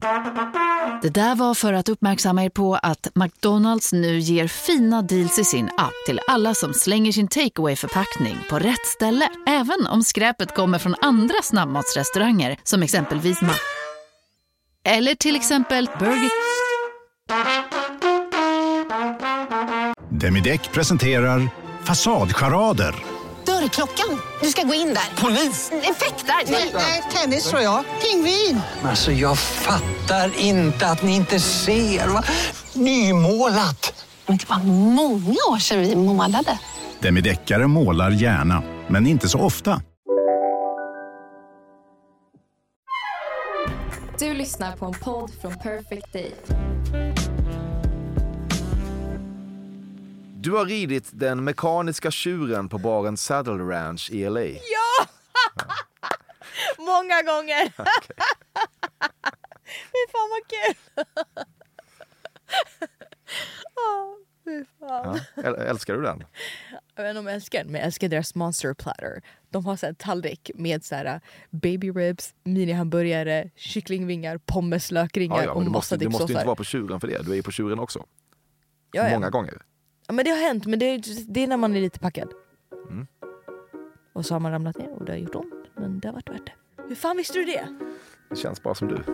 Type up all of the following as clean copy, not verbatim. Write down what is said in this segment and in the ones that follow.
Det där var för att uppmärksamma er på att McDonald's nu ger fina deals i sin app till alla som slänger sin takeaway-förpackning på rätt ställe. Även om skräpet kommer från andra snabbmatsrestauranger som exempelvis eller till exempel Burger. Demideck presenterar Fasadcharader. Dörrklockan. Du ska gå in där. Polis? Effektar? Nej, tennis tror jag. Pingvin. Alltså jag fattar inte att ni inte ser. Va? Nymålat. Men det var många år sedan vi målade. Demideckare målar gärna, men inte så ofta. Du lyssnar på en podd från Perfect Day. Du har ridit den mekaniska tjuren på baren Saddle Ranch i LA. Ja! Många gånger. Okay. Fy fan vad kul. Fy fan. Ja. Älskar du den? Jag vet inte om jag älskar den, men jag älskar deras monster platter. De har så här tallrik med så här baby ribs, mini-hamburgare, kycklingvingar, pommes, lökringar och massa du måste dippsåsar. inte vara på tjuren för det. Du är ju på tjuren också. Ja. Många gånger. Ja, men det har hänt, men det är när man är lite packad. Och så har man ramlat ner och det har gjort ont, men det har varit värt det. Hur fan visste du det? Det känns bara som du.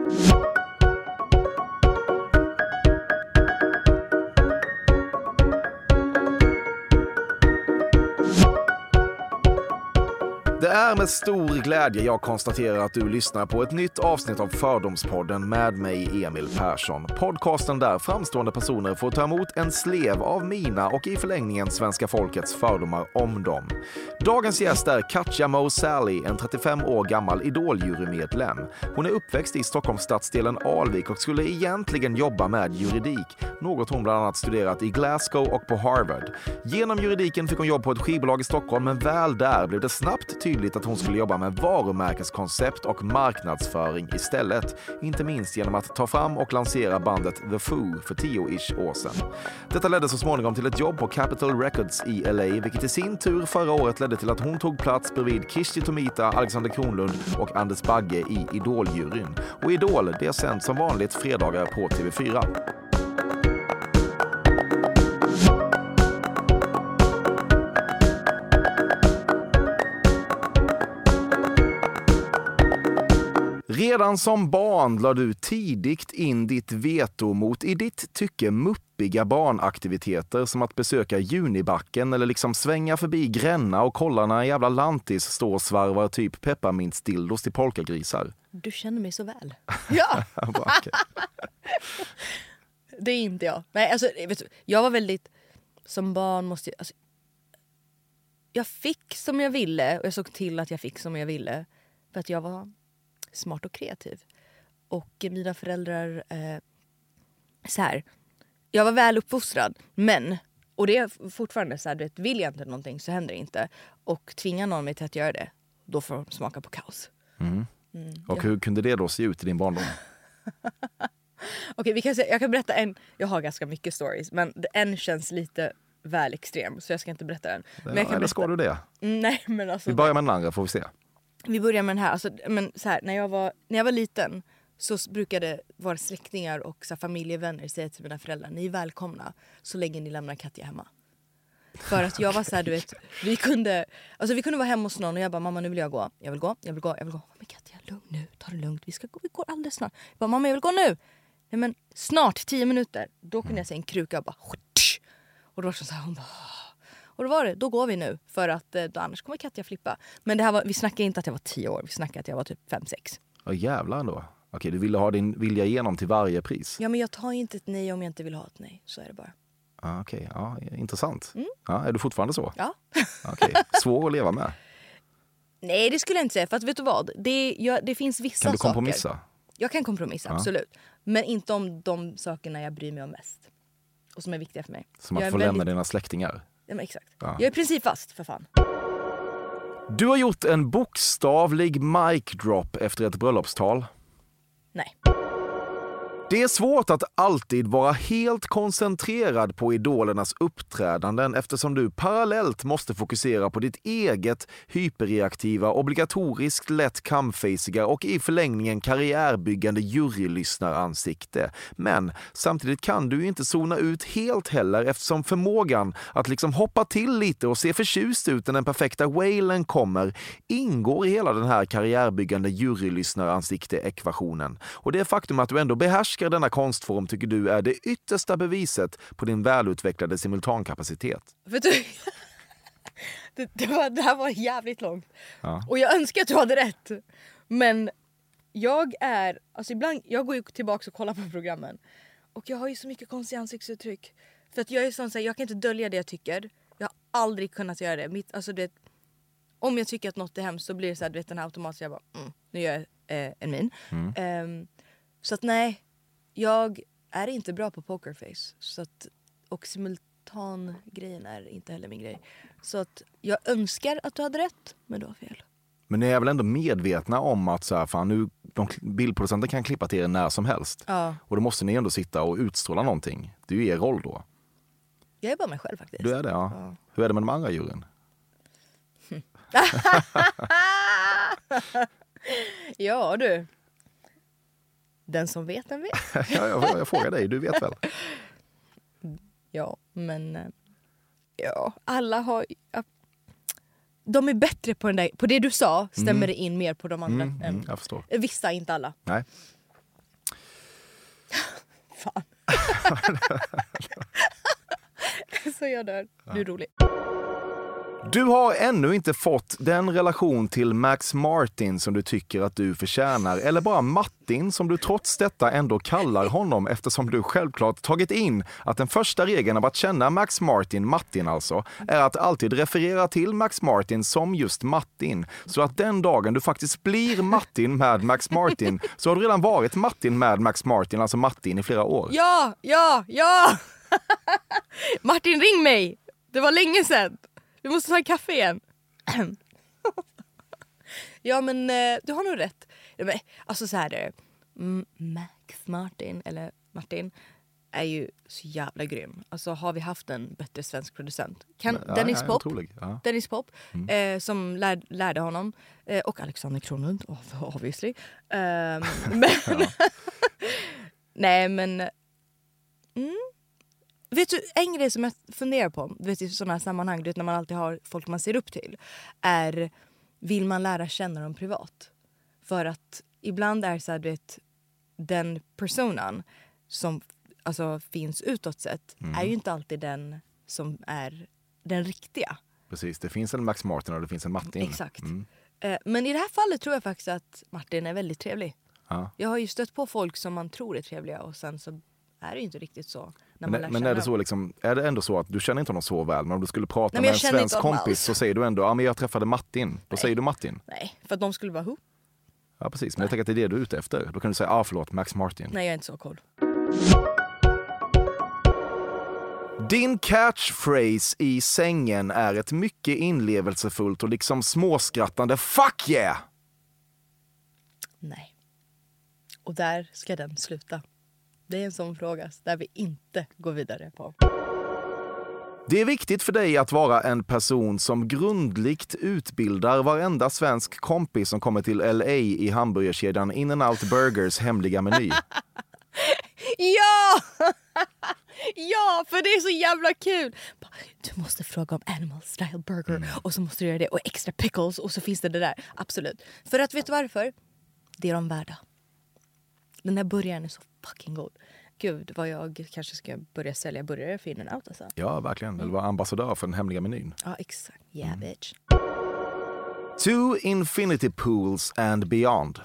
Det är med stor glädje jag konstaterar att du lyssnar på ett nytt avsnitt av Fördomspodden med mig, Emil Persson. Podcasten där framstående personer får ta emot en slev av mina och i förlängningen svenska folkets fördomar om dem. Dagens gäst är Katja Mo Sally, en 35 år gammal Idol-jurymedlem. Hon är uppväxt i Stockholms stadsdelen Alvik och skulle egentligen jobba med juridik, något hon bland annat studerat i Glasgow och på Harvard. Genom juridiken fick hon jobb på ett skivbolag i Stockholm, men väl där blev det snabbt tydligt att hon skulle jobba med varumärkeskoncept och marknadsföring istället. Inte minst genom att ta fram och lansera bandet The Foo för 10-ish år sedan. Detta ledde så småningom till ett jobb på Capitol Records i LA, vilket i sin tur förra året ledde till att hon tog plats bredvid Kishti Tomita, Alexander Kronlund och Anders Bagge i Idol-juryn. Och Idol, det är sänt som vanligt fredagar på TV4. Redan som barn lade du tidigt in ditt veto mot i ditt tycke muppiga barnaktiviteter som att besöka Junibacken eller liksom svänga förbi Gränna och kolla när en jävla lantis står och svarvar typ pepparmintsdildos till polkagrisar. Du känner mig så väl. Ja! Okay. Det är inte jag. Nej, alltså, vet du, jag var väldigt... Som barn måste jag... Alltså, jag fick som jag ville och jag såg till att jag fick som jag ville. För att jag var... smart och kreativ. Och mina föräldrar så här, jag var väl uppfostrad, men och det är fortfarande så här, du vet, vill jag inte någonting så händer det inte. Och tvingar någon mig till att göra det, då får de smaka på kaos. Och hur kunde det då se ut i din barndom? Okej, jag kan berätta en, jag har ganska mycket stories, men en känns lite väl extrem, så jag ska inte berätta den. Men jag kan eller ska du det? Nej, men alltså, vi börjar med den andra, får vi se. Vi börjar med den här. Alltså, men så här, när jag var liten så brukade våra släktingar och så här, familjevänner säga till mina föräldrar: ni är välkomna så länge ni lämnar Katja hemma. För att jag var så här, du vet, vi kunde vara hemma hos någon och jag bara: mamma, nu vill jag gå. Jag vill gå. Men Katja, lugn nu, ta det lugnt. Vi går alldeles snart. Jag bara: mamma, jag vill gå nu. Nej, men snart, 10 minuter. Då kunde jag säga en kruka och bara... Och då så här, hon bara... Och då var det, då går vi nu. För att då annars kommer Katja flippa. Men det här var, vi snackade inte att jag var 10 år. Vi snackade att jag var typ 5-6. Ja, jävlar ändå. Okej, du ville ha din vilja igenom till varje pris. Ja, men jag tar inte ett nej om jag inte vill ha ett nej. Så är det bara. Okej, ja, intressant. Ja, är du fortfarande så? Ja. Okej, svår att leva med. Nej, det skulle jag inte säga. För att vet du vad? Det finns vissa saker. Kan du kompromissa? Saker. Jag kan kompromissa, absolut. Men inte om de sakerna jag bryr mig om mest. Och som är viktiga för mig. Som att få lämna dina släktingar. Ja, men exakt. Ja. Jag är princip fast, för fan. Du har gjort en bokstavlig mic drop efter ett bröllopstal. Nej. Det är svårt att alltid vara helt koncentrerad på idolernas uppträdanden eftersom du parallellt måste fokusera på ditt eget hyperreaktiva, obligatoriskt lätt camfaciga och i förlängningen karriärbyggande jurylyssnaransikte. Men samtidigt kan du inte zona ut helt heller eftersom förmågan att liksom hoppa till lite och se förtjust ut när den perfekta whalen kommer ingår i hela den här karriärbyggande jurylyssnaransikte-ekvationen. Och det faktum att du ändå behärskar denna konstform tycker du är det yttersta beviset på din välutvecklade simultankapacitet. Vet du, det här var jävligt långt. Ja. Och jag önskar att du hade rätt. Men ibland, jag går ju tillbaka och kollar på programmen. Och jag har ju så mycket konstiga ansiktsuttryck. För att jag är sån så här, jag kan inte dölja det jag tycker. Jag har aldrig kunnat göra det. Om jag tycker att något är hemskt så blir det så här, du vet, den här automatiskt, jag bara, nu gör jag en min. Så att nej, jag är inte bra på pokerface. Så att, och simultangrejen är inte heller min grej. Så att jag önskar att du hade rätt, men du har fel. Men ni är väl ändå medvetna om att så här, fan, nu, bildproducenter kan klippa till er när som helst. Ja. Och då måste ni ändå sitta och utstråla någonting. Det är ju er roll då. Jag är bara mig själv faktiskt. Du är det, ja. Hur är det med de andra juryn? Ja du. Den som vet, den vet. jag frågar dig, du vet väl? Ja, men alla har... De är bättre på den där, på det du sa stämmer det in mer på de andra än jag förstår. Vissa, inte alla. Nej. Fan. Så jag dör. Du är rolig. Du har ännu inte fått den relation till Max Martin som du tycker att du förtjänar, eller bara Martin som du trots detta ändå kallar honom eftersom du självklart tagit in att den första regeln av att känna Max Martin alltså, är att alltid referera till Max Martin som just Martin. Så att den dagen du faktiskt blir Martin med Max Martin så har du redan varit Martin med Max Martin, alltså Martin i flera år. Ja! Martin, ring mig! Det var länge sedan. Vi måste ta en kaffe igen. Ja, men du har nog rätt. Alltså så här, Max Martin, eller Martin, är ju så jävla grym. Alltså har vi haft en bättre svensk producent? Dennis Pop, Dennis Pop som lärde honom. Och Alexander Kronlund, obviously. Nej, men... Vet du, en grej som jag funderar på, vet, i sådana här sammanhang, vet, när man alltid har folk man ser upp till, är, vill man lära känna dem privat? För att ibland är så här, vet, den personan som alltså finns utåt sett är ju inte alltid den som är den riktiga. Precis, det finns en Max Martin och det finns en Martin. Exakt. Men i det här fallet tror jag faktiskt att Martin är väldigt trevlig. Ja. Jag har ju stött på folk som man tror är trevliga och sen så är det ju inte riktigt så. Men är det så liksom, är det ändå så att du känner inte honom så väl, men om du skulle prata med en svensk kompis så säger du ändå, ja men jag träffade Martin. Då säger du Martin. Nej, för att de skulle vara who? Ja precis, men jag tänker att det är det du är ute efter. Då kan du säga, förlåt, Max Martin. Nej, jag är inte så cool. Din catchphrase i sängen är ett mycket inlevelsefullt och liksom småskrattande fuck yeah! Nej. Och där ska den sluta. Det är en sån fråga där vi inte går vidare på. Det är viktigt för dig att vara en person som grundligt utbildar varenda svensk kompis som kommer till LA i hamburgerkedjan In-N-Out Burgers hemliga meny. Ja! Ja, för det är så jävla kul. Du måste fråga om animal style burger och så måste du göra det och extra pickles och så finns det där. Absolut. För att vet du varför? Det är de värda. Den här burgaren är så fucking god. Gud, vad jag kanske ska börja sälja burgare för In-N-Out alltså. Ja, verkligen. Eller vara ambassadör för den hemliga menyn. Ja, exakt. Yeah, bitch. To infinity pools and beyond.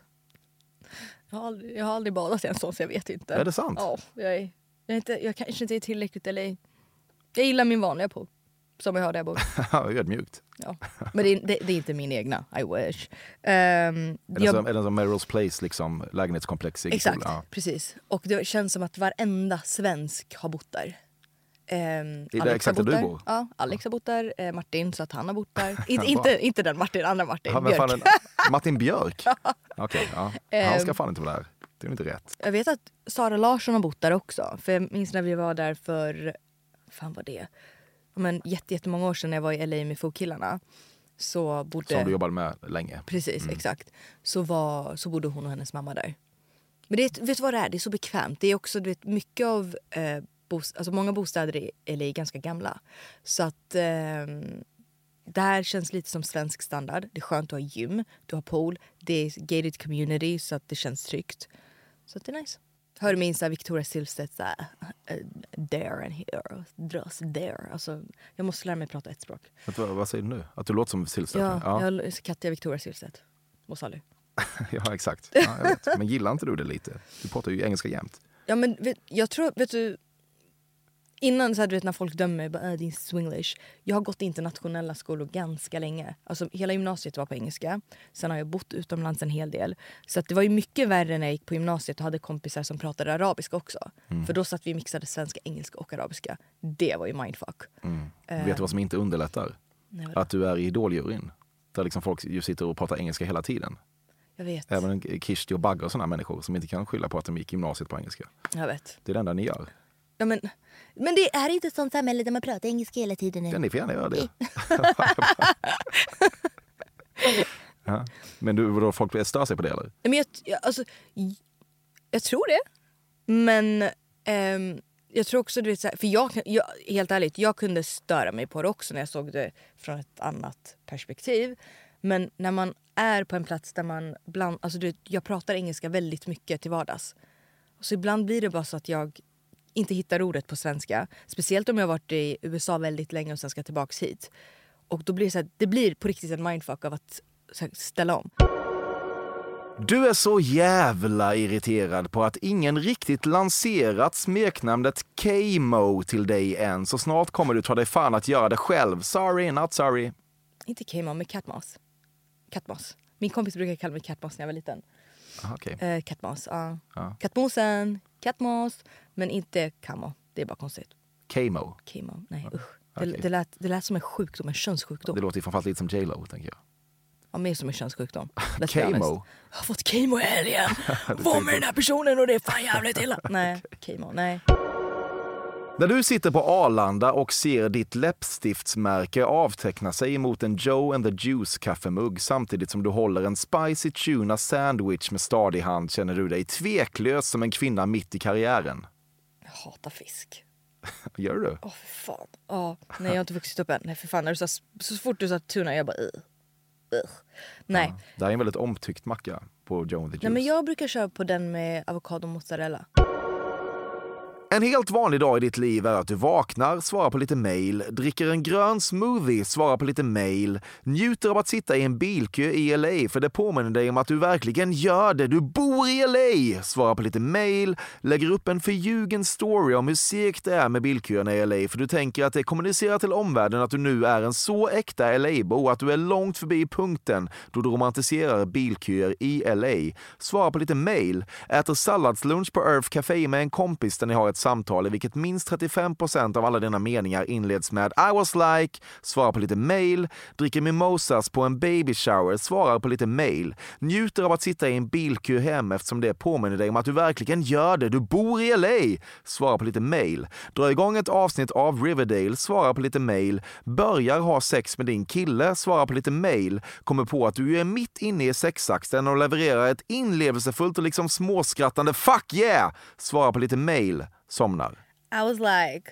Jag har aldrig badat i en sån så jag vet inte. Är det sant? Ja, jag kanske inte är tillräckligt eller... Jag gillar min vanliga pool. Som jag har där jag bor. Ödmjukt. Ja. Men det är inte min egna. I wish. Är det som Merrill's Place, liksom lägenhetskomplex? Exakt, precis. Och det känns som att varenda svensk har bott där. Det är exakt där du bor? Ja, Alex har bott där. Martin, så att han har bott där. inte den Martin, andra Martin. Björk. Martin Björk? Okej, ja. Han ska fan inte vara där. Det är inte rätt. Jag vet att Sara Larsson har bott där också. För jag minns när vi var där för... Fan var det? Men jättemånga år sedan när jag var i LA med Fokillarna. Så bodde... Som du jobbade med länge. Precis, exakt. Så bodde hon och hennes mamma där. Men vet du vad det är? Det är så bekvämt. Det är också, du vet, mycket av... alltså många bostäder i LA är ganska gamla. Så att... det här känns lite som svensk standard. Det är skönt att ha gym. Du har pool. Det är gated community så att det känns tryggt. Så att det är nice. Hör minst av Victoria Silvstedt såhär, there and here, dras there. Alltså, jag måste lära mig prata ett språk. Vad säger du nu? Att du låter som Silvstedt? Ja, jag är Katja Victoria Silvstedt. Mossali. Ja, exakt. Ja, jag vet. Men gillar inte du det lite? Du pratar ju engelska jämt. Ja, men jag tror, vet du... Innan så här, du vet, när folk dömer bara, din swinglish. Jag har gått internationella skolor ganska länge. Alltså hela gymnasiet var på engelska. Sen har jag bott utomlands en hel del. Så att det var ju mycket värre när jag gick på gymnasiet och hade kompisar som pratade arabiska också. För då satt vi och mixade svenska, engelska och arabiska. Det var ju mindfuck. Vet du vad som inte underlättar? Nej, att du är i Idoljuryn. Där liksom folk ju sitter och pratar engelska hela tiden. Jag vet. Även Kishti och Bagge och sådana människor som inte kan skylla på att de gick gymnasiet på engelska. Jag vet. Det är det enda ni gör. Ja, men det är inte ett sånt samhälle där man pratar engelska hela tiden. Ja, ni får gärna göra det. Ja. Men du, folk stör sig på det eller? Men jag tror det. Men jag tror också, du vet, så här, för jag, helt ärligt, jag kunde störa mig på det också när jag såg det från ett annat perspektiv. Men när man är på en plats där man alltså du vet, jag pratar engelska väldigt mycket till vardags. Så ibland blir det bara så att jag inte hittar ordet på svenska. Speciellt om jag har varit i USA väldigt länge och sen ska tillbaka hit. Och då blir det så här, det blir på riktigt en mindfuck av att så här, ställa om. Du är så jävla irriterad på att ingen riktigt lanserat smeknamnet K-Mo till dig än. Så snart kommer du ta dig fan att göra det själv. Sorry, not sorry. Inte K-Mo, men Katmas. Katmas. Min kompis brukade kalla mig Katmas när jag var liten. Okay. Katmas, ja. Katmosen, Katmas. Men inte Kamo. Det är bara konstigt. K-Mo? K-Mo, nej usch. Okay. Det lät som en sjukdom, en könssjukdom. Det låter ju framförallt lite som J-Lo, tänker jag. Ja, mer som en könssjukdom. K-Mo? Jag har fått K-Mo i helgen. Var med den här personen och det är fan jävligt illa. Nej, K-Mo, nej. När du sitter på Arlanda och ser ditt läppstiftsmärke avteckna sig mot en Joe and the Juice kaffemugg samtidigt som du håller en spicy tuna sandwich med stadig hand känner du dig tveklös som en kvinna mitt i karriären. Jag hatar fisk. Gör du? För fan. Nej, jag har inte vuxit upp än. Nej, för fan. När du så fort du sa tuna, jag bara nej. Ja, det här är en väldigt omtyckt macka på Joe and the Juice. Nej, men jag brukar köra på den med avokado och mozzarella. En helt vanlig dag i ditt liv är att du vaknar, svarar på lite mail, dricker en grön smoothie, svarar på lite mail, njuter av att sitta i en bilkö i LA för det påminner dig om att du verkligen gör det. Du bor i LA, svarar på lite mail, lägger upp en förljugen story om hur segt det är med bilköerna i LA för du tänker att det kommunicerar till omvärlden att du nu är en så äkta LA-bo att du är långt förbi punkten då du romantiserar bilköer i LA. Svarar på lite mail, äter salladslunch på Earth Café med en kompis där ni har ett samtal i vilket minst 35% av alla dina meningar inleds med I was like, svarar på lite mail, dricker mimosas på en baby shower, svarar på lite mail, njuter av att sitta i en bilkö hem eftersom det påminner dig om att du verkligen gör det, du bor i LA, svarar på lite mail, drar igång ett avsnitt av Riverdale, svarar på lite mail, börjar ha sex med din kille, svarar på lite mail, kommer på att du är mitt inne i sexakten och levererar ett inlevelsefullt och liksom småskrattande fuck yeah, svarar på lite mail, somnar. I was like,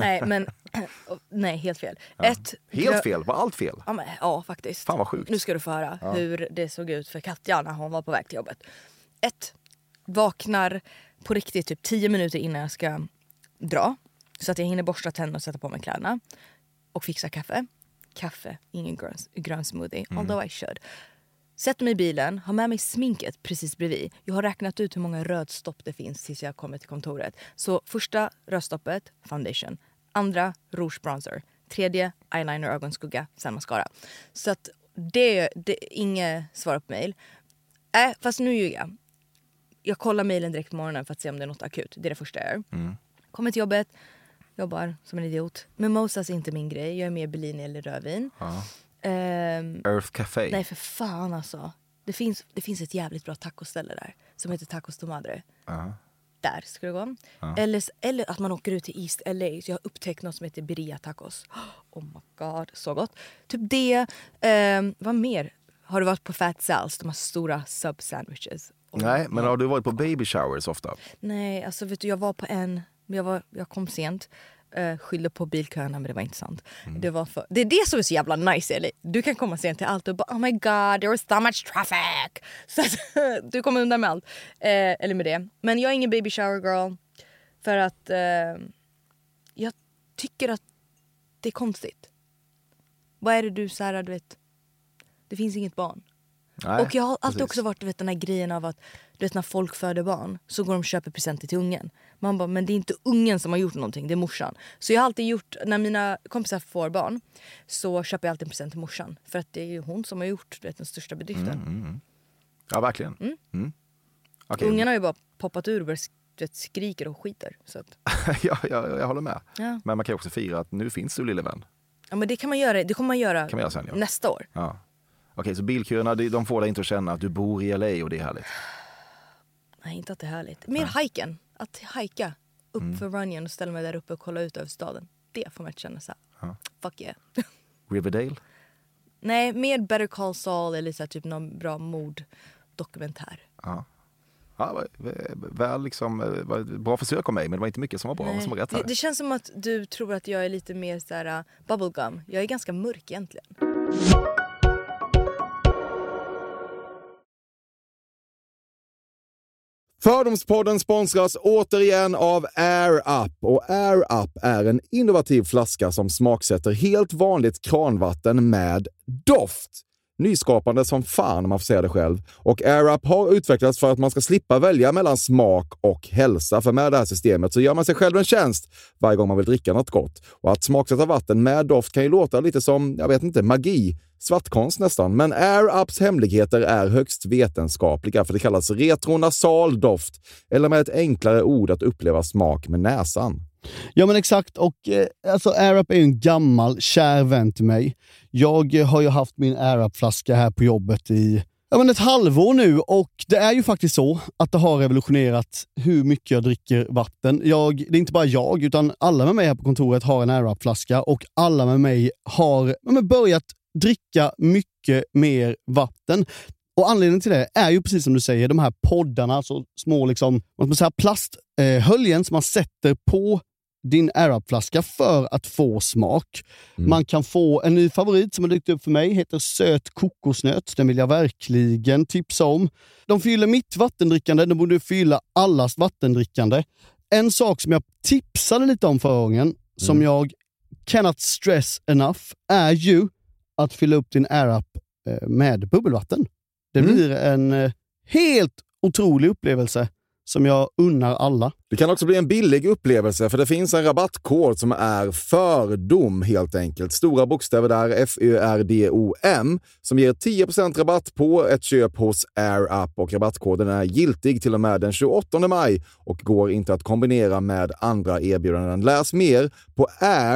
nej, helt fel. Ja. Helt fel? Var allt fel? Ja, faktiskt. Fan vad sjukt. Nu ska du få höra hur det såg ut för Katja när hon var på väg till jobbet. 1. Vaknar på riktigt typ 10 minuter innan jag ska dra. Så att jag hinner borsta tänderna och sätta på mig kläderna. Och fixa kaffe. Kaffe, ingen grön smoothie. Although I should. Sätter mig i bilen, har med mig sminket precis bredvid. Jag har räknat ut hur många rödstopp det finns tills jag kommer till kontoret. Så första rödstoppet, foundation. Andra, rouge bronzer. Tredje, eyeliner, ögonskugga, sen mascara. Så att det är inget svar på mail. Fast nu ljuger jag. Jag kollar mailen direkt på morgonen för att se om det är något akut. Det är det första jag gör. Kommer till jobbet, jobbar som en idiot. Mimosas är inte min grej. Jag är mer Bellini eller rödvin. Earth Café. Nej, för fan alltså. Det finns ett jävligt bra tacoställe där. som heter Tacos de Madre. Ja. Där ska det gå. Eller att man åker ut till East LA. Så jag har upptäckt något som heter Birria Tacos. Oh my god, så gott. Typ det. Vad mer? Har du varit på Fat Sal's? De har stora sub sandwiches. Nej, men har du varit på baby showers ofta? Nej, alltså vet du, jag var på en. Jag kom sent. Skyllde på bilköerna, men det var inte sant. Det är det som är så jävla nice, eller? Du kan komma sent till allt och bara, oh my god, there was so much traffic. Så att, du kommer undan med allt. Eller med det. Men jag är ingen baby shower girl. För att jag tycker att det är konstigt. Vad är det du så här, du vet? Det finns inget barn. Nej, och jag har alltid precis. också varit, du vet, den här grejen av att du vet, när folk föder barn så går de och köper presenter till ungen. Man bara, men det är inte ungen som har gjort någonting, det är morsan. Så jag har alltid gjort, när mina kompisar får barn så köper jag alltid en present till morsan. För att det är ju hon som har gjort, du vet, den största bedriften. Ja, verkligen. Okay. Ungen har ju bara poppat ur och börjat, du vet, skriker och skiter. Så att... jag håller med. Ja. Men man kan ju också fira att nu finns du, lille vän. Ja, men det kan man göra. Det kommer man göra, kan man göra sen, ja. Nästa år. Ja. Okej, så bilköerna, de får dig inte att känna att du bor i LA och det är härligt? Nej, inte att det är härligt. Mer hajken. Att hajka upp för Runyon och ställa mig där uppe och kolla ut över staden. Det får man inte känna så här. Fuck yeah. Riverdale? Nej, mer Better Call Saul eller så här, typ någon bra morddokumentär. Ja, väl liksom, bra försök av mig, men det var inte mycket som var bra, som var rätt här. Det känns som att du tror att jag är lite mer så här bubblegum. Jag är ganska mörk egentligen. Fördomspodden sponsras återigen av Air Up. Och Air Up är en innovativ flaska som smaksätter helt vanligt kranvatten med doft. Nyskapande som fan om man får säga det själv. Och Air Up har utvecklats för att man ska slippa välja mellan smak och hälsa. För med det här systemet så gör man sig själv en tjänst varje gång man vill dricka något gott. Och att smaksätta vatten med doft kan ju låta lite som, jag vet inte, magi. Svartkonst nästan. Men Air Ups hemligheter är högst vetenskapliga, för det kallas retronasal doft. Eller med ett enklare ord att uppleva smak med näsan. Ja, men exakt. Och alltså Air Up är ju en gammal kär vän till mig. Jag har ju haft min Air Up-flaska här på jobbet i ett halvår nu, och det är ju faktiskt så att det har revolutionerat hur mycket jag dricker vatten. Det är inte bara jag, utan alla med mig här på kontoret har en Air Up-flaska, och alla med mig har börjat dricka mycket mer vatten. Och anledningen till det är ju precis som du säger, de här poddarna, alltså små liksom, plasthöljen som man sätter på din Air Up-flaska för att få smak. Man kan få en ny favorit som har dykt upp för mig, heter söt kokosnöt. Den vill jag verkligen tipsa om. De fyller mitt vattendrickande, de borde fylla allas vattendrickande. En sak som jag tipsade lite om förra gången, som jag cannot stress enough, är ju att fylla upp din Air Up med bubbelvatten. Det blir en helt otrolig upplevelse som jag unnar alla. Det kan också bli en billig upplevelse, för det finns en rabattkod som är fördom helt enkelt. Stora bokstäver där, FÖRDOM, som ger 10% rabatt på ett köp hos Air Up, och rabattkoden är giltig till och med den 28 maj och går inte att kombinera med andra erbjudanden. Läs mer på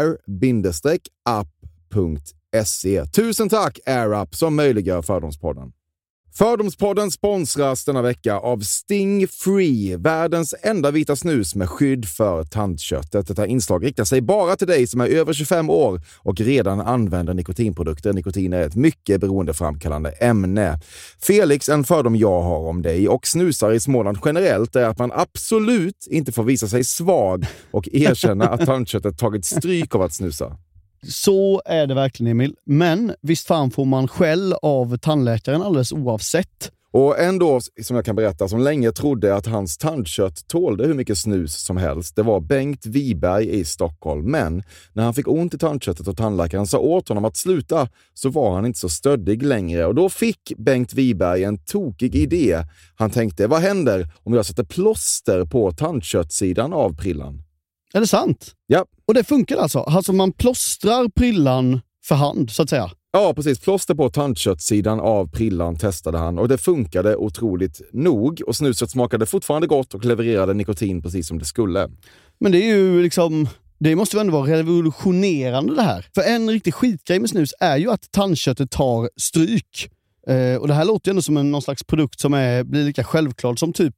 air-up.se. Tusen tack Air Up som möjliggör Fördomspodden. Fördomspodden sponsras denna vecka av Sting Free, världens enda vita snus med skydd för tandköttet. Detta inslag riktar sig bara till dig som är över 25 år och redan använder nikotinprodukter. Nikotin är ett mycket beroendeframkallande ämne. Felix, en fördom jag har om dig och snusar i Småland generellt är att man absolut inte får visa sig svag och erkänna att tandköttet tagit stryk av att snusa. Så är det verkligen, Emil. Men visst fan får man skäll av tandläkaren alldeles oavsett. Och ändå, som jag kan berätta, som länge trodde att hans tandkött tålde hur mycket snus som helst. Det var Bengt Wiberg i Stockholm. Men när han fick ont i tandköttet och tandläkaren sa åt honom att sluta, så var han inte så stöddig längre. Och då fick Bengt Wiberg en tokig idé. Han tänkte, vad händer om jag sätter plåster på tandköttsidan av prillan? Är det sant? Ja. Och det funkar alltså? Alltså man plåstrar prillan för hand, så att säga? Ja, precis. Plåster på tandköttsidan av prillan testade han, och det funkade otroligt nog. Och snuset smakade fortfarande gott och levererade nikotin precis som det skulle. Men det är ju liksom... Det måste ju ändå vara revolutionerande det här. För en riktig skitgrej med snus är ju att tandköttet tar stryk. Och det här låter ju ändå som någon slags produkt som blir lika självklart som typ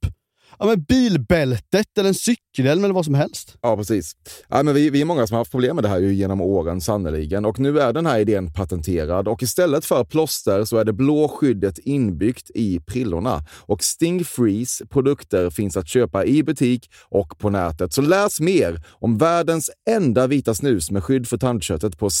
bilbältet eller en cykelhjälm eller vad som helst. Ja, precis. Ja, men vi är många som har haft problem med det här ju genom åren sannoliken. Och nu är den här idén patenterad. Och istället för plåster så är det blå skyddet inbyggt i prillorna. Och Stingfrees produkter finns att köpa i butik och på nätet. Så läs mer om världens enda vita snus med skydd för tandköttet på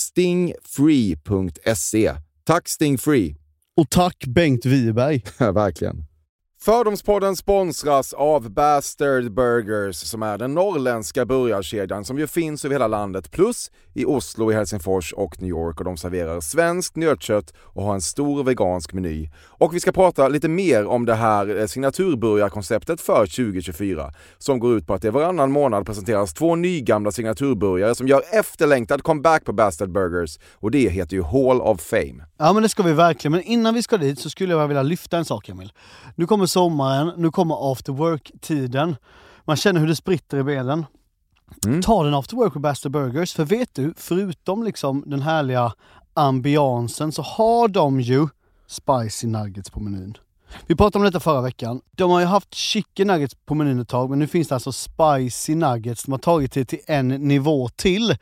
stingfree.se. Tack Stingfree! Och tack Bengt Wiberg! Verkligen. Fördomspodden sponsras av Bastard Burgers som är den norrländska burgarkedjan som ju finns över hela landet plus i Oslo, i Helsingfors och New York, och de serverar svenskt nötkött och har en stor vegansk meny. Och vi ska prata lite mer om det här signaturburgarkonceptet för 2024 som går ut på att det varannan månad presenteras 2 nygamla signaturburgare som gör efterlängtad comeback på Bastard Burgers, och det heter ju Hall of Fame. Ja, men det ska vi verkligen. Men innan vi ska dit så skulle jag vilja lyfta en sak, Emil. Nu kommer sommaren, nu kommer after work-tiden. Man känner hur det spritter i benen. Ta den after work på Bastard Burgers. För vet du, förutom liksom den härliga ambiansen så har de ju spicy nuggets på menyn. Vi pratade om detta förra veckan. De har ju haft chicken nuggets på menyn ett tag, men nu finns det alltså spicy nuggets. De har tagit det till en nivå till.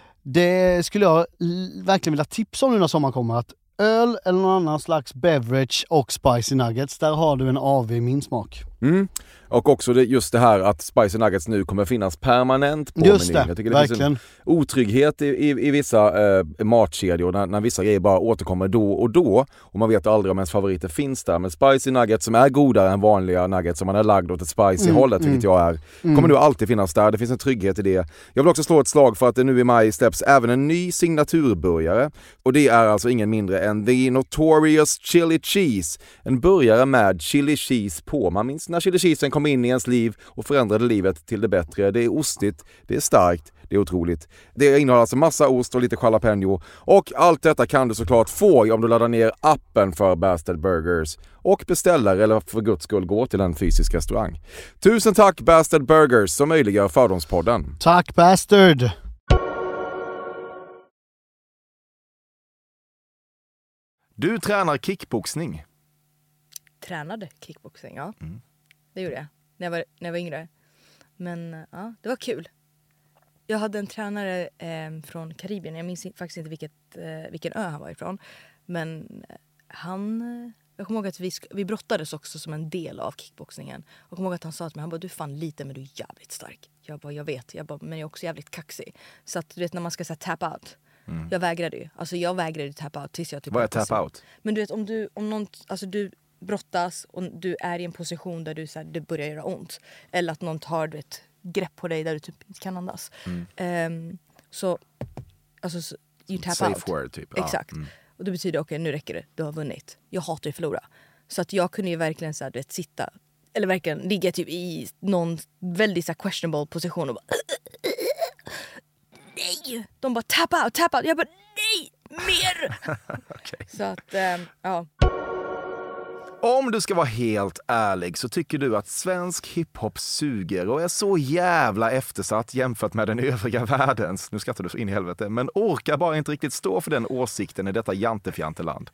Det skulle jag verkligen vilja tipsa om nu när sommaren kommer, att öl eller någon annan slags beverage och spicy nuggets, där har du en AV i min smak. Och också just det här att spicy nuggets nu kommer finnas permanent på menyn. Jag tycker det verkligen finns en otrygghet i vissa matkedjor när vissa grejer bara återkommer då och man vet aldrig om ens favoriter finns där. Men spicy nuggets som är godare än vanliga nuggets som man är lagd åt ett spicy hållet, vilket jag är, kommer nu alltid finnas där. Det finns en trygghet i det. Jag vill också slå ett slag för att det nu i maj släpps även en ny signaturburgare, och det är alltså ingen mindre än The Notorious Chili Cheese. En burgare med chili cheese på. Man minns när chili cheesen kom in i ens liv och förändrade livet till det bättre. Det är ostigt, det är starkt, det är otroligt. Det innehåller alltså massa ost och lite jalapeno. Och allt detta kan du såklart få om du laddar ner appen för Bastard Burgers och beställer, eller för guds skull gå till en fysisk restaurang. Tusen tack Bastard Burgers som möjliggör Fördomspodden. Tack Bastard! Du tränar kickboxning. Tränade kickboxing, ja. Det gjorde jag när jag var yngre. Men ja, det var kul. Jag hade en tränare från Karibien. Jag minns faktiskt inte vilken ö han var ifrån. Men jag kommer ihåg att vi brottades också som en del av kickboxningen. Jag kommer ihåg att han sa till mig, han bara, du är fan liten men du är jävligt stark. Jag bara, jag vet. Men jag är också jävligt kaxig. Så att du vet när man ska säga tap out. Jag vägrade ju. Alltså jag vägrade tap out tills jag typ... Vad är tap out? Men du vet om någon, alltså du brottas och du är i en position där du så här, det börjar göra ont, eller att någon tar ett grepp på dig där du typ inte kan andas. Så alltså you tap safe out. word typ. Exakt. Och det betyder okej, nu räcker det. Du har vunnit. Jag hatar att förlora. Så att jag kunde ju verkligen så här, du vet, sitta eller verkligen ligga typ i någon väldigt så här, questionable position och bara nej. De bara tap out. Jag bara nej, mer. Okay. Så att ja. Om du ska vara helt ärlig så tycker du att svensk hiphop suger och är så jävla eftersatt jämfört med den övriga världens. Nu skrattar du så in i helvete, men orkar bara inte riktigt stå för den åsikten i detta jantefjanteland.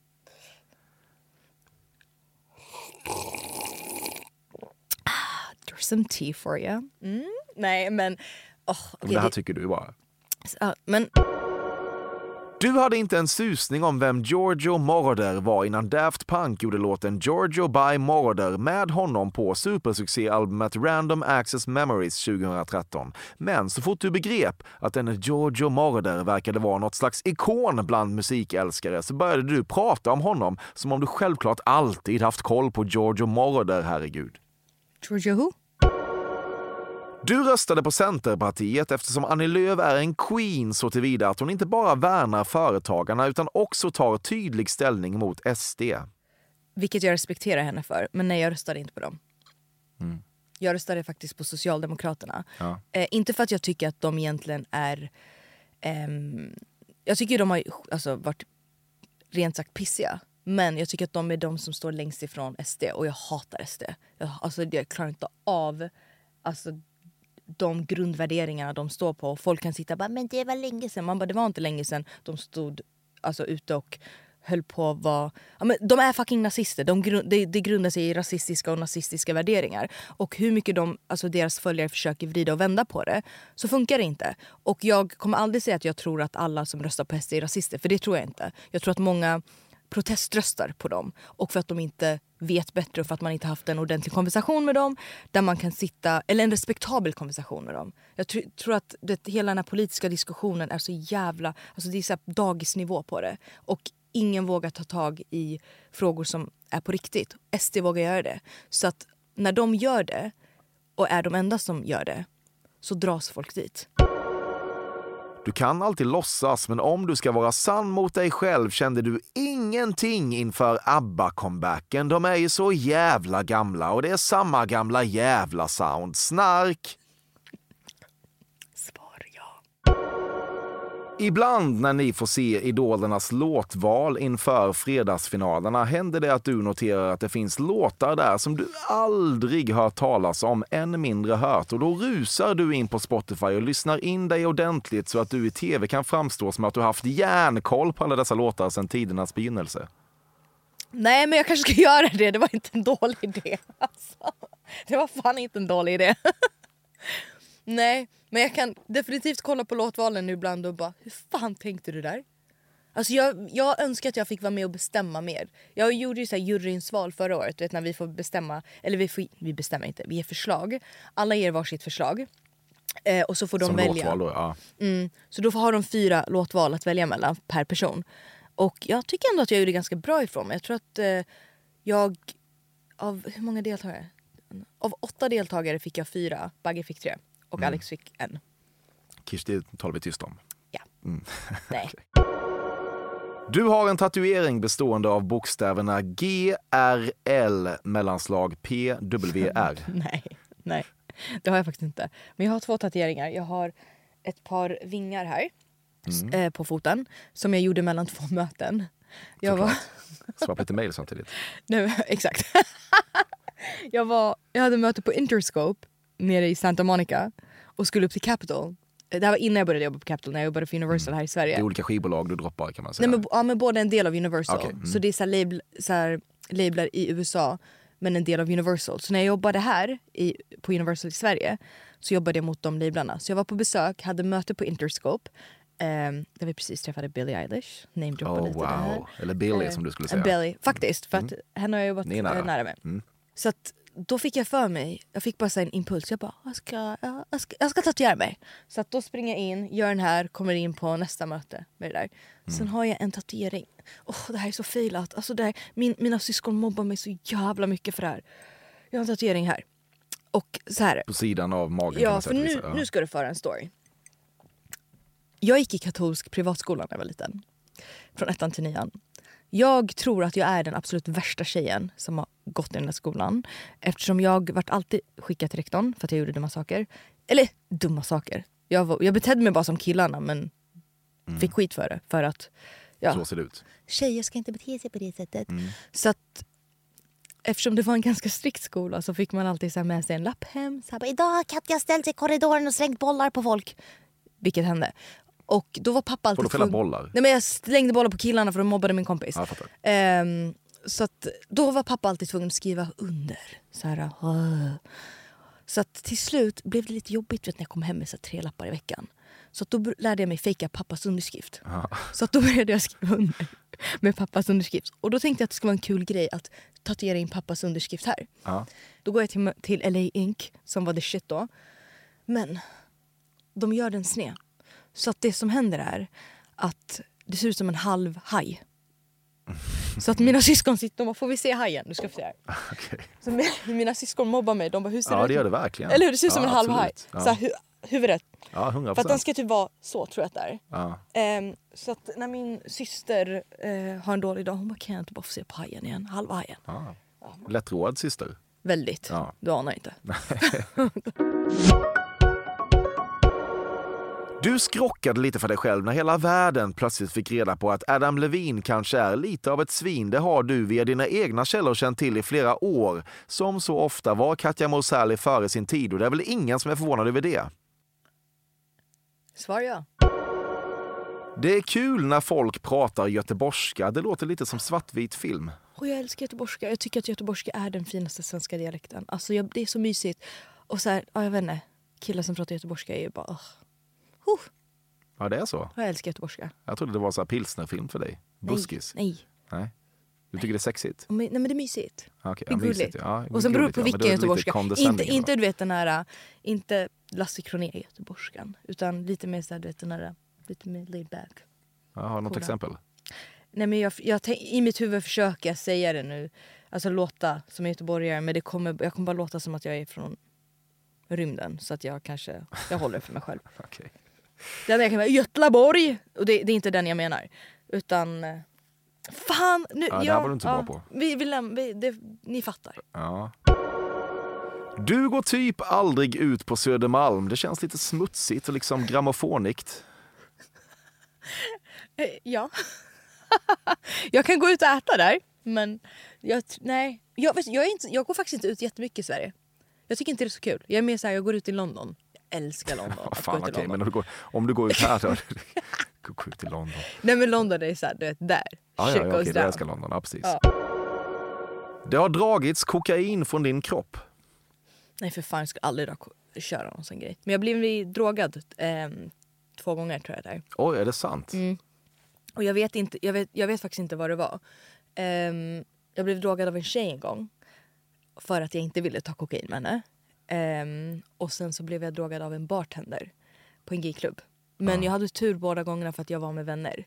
There's some tea for you. Nej, men okay, det här tycker du bara. Men du hade inte en susning om vem Giorgio Moroder var innan Daft Punk gjorde låten Giorgio by Moroder med honom på supersuccéalbumet Random Access Memories 2013. Men så fort du begrep att den Giorgio Moroder verkade vara något slags ikon bland musikälskare så började du prata om honom som om du självklart alltid haft koll på Giorgio Moroder, herregud. Giorgio who? Du röstade på Centerpartiet eftersom Annie Lööf är en queen så tillvida att hon inte bara värnar företagarna utan också tar tydlig ställning mot SD. Vilket jag respekterar henne för, men nej, jag röstade inte på dem. Jag röstade faktiskt på Socialdemokraterna. Ja. Inte för att jag tycker att de egentligen är... jag tycker de har alltså, varit rent sagt pissiga. Men jag tycker att de är de som står längst ifrån SD och jag hatar SD. Jag klarar inte av... Alltså, de grundvärderingarna de står på. Folk kan sitta och bara, men det var länge sedan. Man bara, det var inte länge sedan de stod alltså ute och höll på att vara... Ja, men de är fucking nazister. Det grundar sig i rasistiska och nazistiska värderingar. Och hur mycket deras följare försöker vrida och vända på det, så funkar det inte. Och jag kommer aldrig säga att jag tror att alla som röstar på SD är rasister. För det tror jag inte. Jag tror att många proteströstar på dem. Och för att de inte vet bättre och för att man inte haft en ordentlig konversation med dem. Där man kan sitta... Eller en respektabel konversation med dem. Jag tror att hela den här politiska diskussionen är så jävla... Alltså det är så här dagisnivå på det. Och ingen vågar ta tag i frågor som är på riktigt. SD vågar göra det. Så att när de gör det och är de enda som gör det, så dras folk dit. Du kan alltid låtsas, men om du ska vara sann mot dig själv kände du ingenting inför ABBA-comebacken. De är ju så jävla gamla och det är samma gamla jävla sound. Snark! Svar ja. Ibland när ni får se idolernas låtval inför fredagsfinalerna händer det att du noterar att det finns låtar där som du aldrig hört talas om, än mindre hört. Och då rusar du in på Spotify och lyssnar in dig ordentligt så att du i tv kan framstå som att du haft järnkoll på alla dessa låtar sedan tidernas begynnelse. Nej, men jag kanske ska göra det. Det var inte en dålig idé. Alltså, det var fan inte en dålig idé. Nej, men jag kan definitivt kolla på låtvalen nu ibland och bara, hur fan tänkte du där? Alltså jag önskar att jag fick vara med och bestämma mer. Jag gjorde ju så här juryns val förra året, vet, när vi får bestämma, eller vi bestämmer inte, vi ger förslag. Alla ger varsitt förslag. Och så får de som välja. Låtval då, ja. Så då har de 4 låtval att välja mellan per person. Och jag tycker ändå att jag gjorde ganska bra ifrån mig. Jag tror att av hur många deltagare? Av 8 deltagare fick jag 4, Bagge fick 3 och Alex fick 1. Kirsti talar vi tyst om. Ja. Nej. Du har en tatuering bestående av bokstäverna GRL mellanslag PWR. Nej, det har jag faktiskt inte. Men jag har 2 tatueringar. Jag har ett par vingar här på foten som jag gjorde mellan 2 möten. Svara lite mejl samtidigt. Nej, exakt. Jag hade möte på Interscope nere i Santa Monica och skulle upp till Capitol. Det här var innan jag började jobba på Capitol, när jag jobbade för Universal här i Sverige. Det är olika skivbolag du droppar, kan man säga. Nej, men båda en del av Universal. Okay. Så det är så här lablar i USA, men en del av Universal. Så när jag jobbade här på Universal i Sverige så jobbade jag mot de lablarna. Så jag var på besök, hade möte på Interscope. Där vi precis träffade Billie Eilish. Namedroppade lite där. Eller Billie som du skulle säga. Billie, faktiskt. För att henne har jag jobbat nära med. Så att då fick jag för mig, jag fick bara en impuls. Jag bara, jag ska tatuera mig. Så att då springer jag in, gör den här, kommer in på nästa möte med det där. Sen har jag en tatuering. Det här är så failat. Alltså mina syskon mobbar mig så jävla mycket för det här. Jag har en tatuering här. Och så här. På sidan av magen. Ja, för nu ska du föra en story. Jag gick i katolsk privatskola när jag var liten. Från 1 till 9. Jag tror att jag är den absolut värsta tjejen som har gått i den där skolan. Eftersom jag vart alltid skickad till rektorn för att jag gjorde dumma saker. Eller dumma saker. Jag betedde mig bara som killarna, men fick skit för det. För att så ser det ut. Tjejer ska inte bete sig på det sättet. Så att eftersom det var en ganska strikt skola så fick man alltid så här med sig en lapp hem. Så här, idag har Katja ställt sig i korridoren och slängt bollar på folk. Vilket hände. Och då var pappa alltid... Får du fälla bollar? Nej, men jag slängde bollar på killarna för de mobbade min kompis. Ja, fattar. Så att då var pappa alltid tvungen att skriva under. Så här, Så att till slut blev det lite jobbigt när jag kom hem med så 3 lappar i veckan. Så att då lärde jag mig fejka pappas underskrift. Så att då började jag skriva under med pappas underskrift. Och då tänkte jag att det skulle vara en kul grej att tatuera in pappas underskrift här. Då går jag till LA Ink, som var det shit då. Men de gör den sned. Så att det som händer är att det ser ut som en halv haj. Så att mina syskon sitter och bara, får vi se hajen? Du ska få se här. Okay. Så mina syskon mobbar mig. De bara, hur ser det ut? Det gör det verkligen. Eller hur, det ser ut som en halv haj. Ja. Så här, huvudet. Ja, 100%. För att den ska typ vara så, tror jag att det är. Ja. Så att när min syster har en dålig dag, hon bara, kan jag inte bara få se på hajen igen? Halva hajen. Ja. Lättroad syster. Väldigt. Ja. Du anar inte. Du skrockade lite för dig själv när hela världen plötsligt fick reda på att Adam Levine kanske är lite av ett svin. Det har du via dina egna källor känt till i flera år. Som så ofta var Katja Mosali före sin tid, och det är väl ingen som är förvånad över det. Svar ja. Det är kul när folk pratar göteborgska. Det låter lite som svartvit film. Och jag älskar göteborgska. Jag tycker att göteborgska är den finaste svenska dialekten. Alltså det är så mysigt. Och så här, jag vet inte. Killar som pratar göteborgska är ju bara... Ja, det är så. Jag älskar göteborgska. Jag trodde det var så här pilsnerfilm för dig. Buskis. Nej. Du tycker det är sexigt? Nej, men det är mysigt. Okay, det är gulligt. Ja, och sen beror det på vilken göteborgska. Inte du vet den här, inte Lasse Kronér göteborgskan. Utan lite mer så här, du vet den här, lite mer laid back. Ja, har något exempel? Nej, men jag i mitt huvud försöker jag säga det nu. Alltså låta som göteborgare. Men jag kommer bara låta som att jag är från rymden. Så att jag håller det för mig själv. Okay. Den jag kan vara Göteborg. Och det är inte den jag menar. Utan... Fan! Nu, det här var du inte bra på. Ni fattar. Ja. Du går typ aldrig ut på Södermalm. Det känns lite smutsigt och liksom grammofonigt. Ja. Jag kan gå ut och äta där. Men jag går faktiskt inte ut jättemycket i Sverige. Jag tycker inte det är så kul. Jag är mer så här, jag går ut i London. Jag älskar London. Fan, okej, men om du går ut här då... Gå ut i London. Nej, men London är så här, du vet, där. Ja, okej, det älskar London, ja, precis. Ja. Det har dragits kokain från din kropp. Nej, för fan, jag ska aldrig köra någon sån grej. Men jag blev drogad 2 gånger, tror jag där. Oj, är det sant? Mm. Och jag vet faktiskt inte vad det var. Jag blev drogad av en tjej en gång. För att jag inte ville ta kokain med henne. Och sen så blev jag drogad av en bartender på en gayklubb. Men jag hade tur båda gångerna för att jag var med vänner.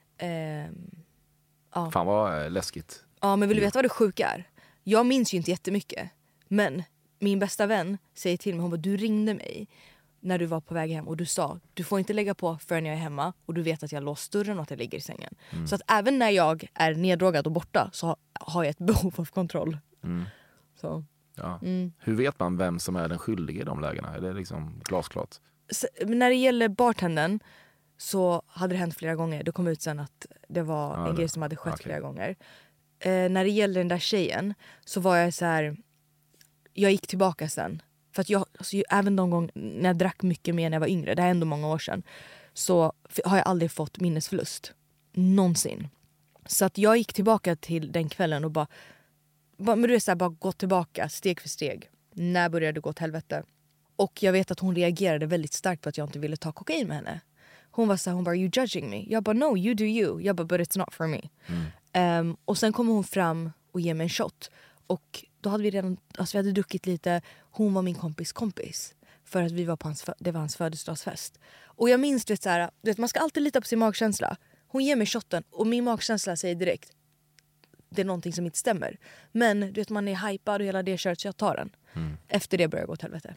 Ja. Fan vad läskigt. Ja, men vill du veta vad det sjuka är? Jag minns ju inte jättemycket. Men min bästa vän säger till mig, hon bara, du ringde mig när du var på väg hem och du sa, du får inte lägga på förrän jag är hemma och du vet att jag låst dörren och att jag ligger i sängen. Så att även när jag är neddrogad och borta så har jag ett behov av kontroll. Så. Ja. Hur vet man vem som är den skyldige i de lägena? Är det liksom glasklart? När det gäller bartendern så hade det hänt flera gånger. Det kom ut sen att det var en grej som hade skett flera gånger. När det gäller den där tjejen så var jag så här, jag gick tillbaka sen. För att även de gånger när jag drack mycket mer när jag var yngre, det är ändå många år sedan, så har jag aldrig fått minnesförlust. Någonsin. Så att jag gick tillbaka till den kvällen och bara men du är så här, bara gå tillbaka steg för steg. När började det gå åt helvete? Och jag vet att hon reagerade väldigt starkt på att jag inte ville ta kokain med henne. Hon var så här, are you judging me? Jag bara, no, you do you. Jag bara, but it's not for me. Och sen kommer hon fram och ger mig en shot. Och då hade vi hade druckit lite. Hon var min kompis. För att vi var det var hans födelsedagsfest. Och jag minns det så här, man ska alltid lita på sin magkänsla. Hon ger mig shotten och min magkänsla säger direkt, det är någonting som inte stämmer. Men du vet, man är hypad och hela det kört, så jag tar den. Efter det börjar jag gå åt helvete.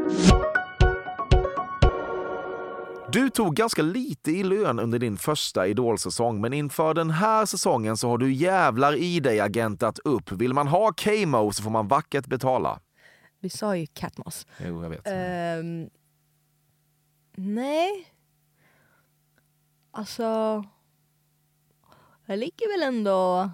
Du tog ganska lite i lön under din första idolsäsong, men inför den här säsongen så har du jävlar i dig agentat upp. Vill man ha K-Mo så får man vackert betala. Vi sa ju Katmos. Jo, jag vet. Nej. Alltså, jag ligger väl ändå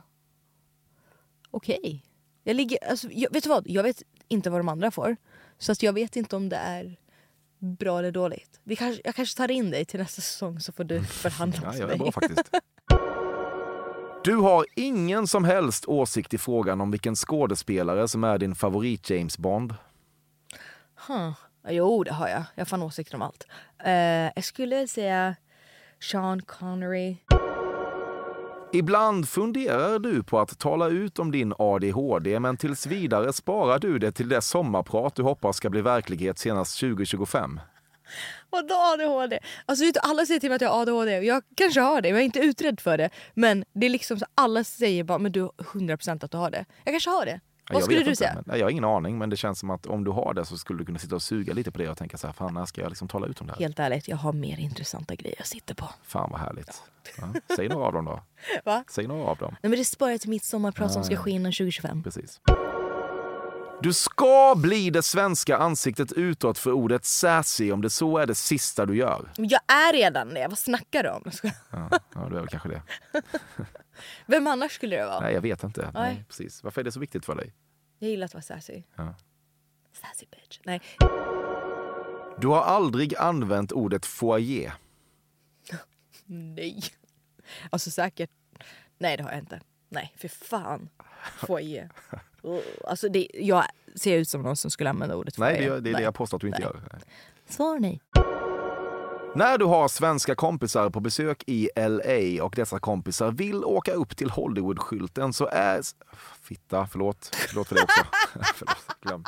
okej. Jag ligger, alltså, vet du vad? Jag vet inte vad de andra får. Så att jag vet inte om det är bra eller dåligt. Jag kanske tar in dig till nästa säsong så får du förhandla med mig. Ja, det är bra faktiskt. Du har ingen som helst åsikt i frågan om vilken skådespelare som är din favorit James Bond. Jo, det har jag. Jag har fan åsikter om allt. Jag skulle säga Sean Connery. Ibland funderar du på att tala ut om din ADHD, men tills vidare sparar du det till det sommarprat du hoppas ska bli verklighet senast 2025. Vadå ADHD? Alltså alla säger till mig att jag har ADHD. Jag kanske har det, jag är inte utredd för det. Men det är liksom så alla säger bara, men du har 100% att du har det. Jag kanske har det. Vad skulle du säga? Jag har ingen aning, men det känns som att om du har det så skulle du kunna sitta och suga lite på det och tänka så här, fan, när ska jag liksom tala ut om det här? Helt ärligt, jag har mer intressanta grejer jag sitter på. Fan vad härligt. Ja. Säg några av dem då. Va? Säg några av dem. Nej, men det sparar till mitt sommarprat som ska ske innan 2025. Precis. Du ska bli det svenska ansiktet utåt för ordet sassy, om det så är det sista du gör. Jag är redan det. Vad snackar du om? Ja, du är väl kanske det. Vem annars skulle det vara? Nej, jag vet inte. Nej, precis. Varför är det så viktigt för dig? Jag gillar att vara sassy. Ja. Sassy bitch. Nej. Du har aldrig använt ordet foyer. Nej. Alltså säkert. Nej, det har jag inte. Nej, för fan. Foyer. Alltså jag ser ut som någon som skulle använda ordet foyer. Nej, det är det jag påstår att du inte gör. Svar nej. När du har svenska kompisar på besök i LA och dessa kompisar vill åka upp till Hollywood-skylten så är... Fitta, förlåt för det också. Förlåt, glöm.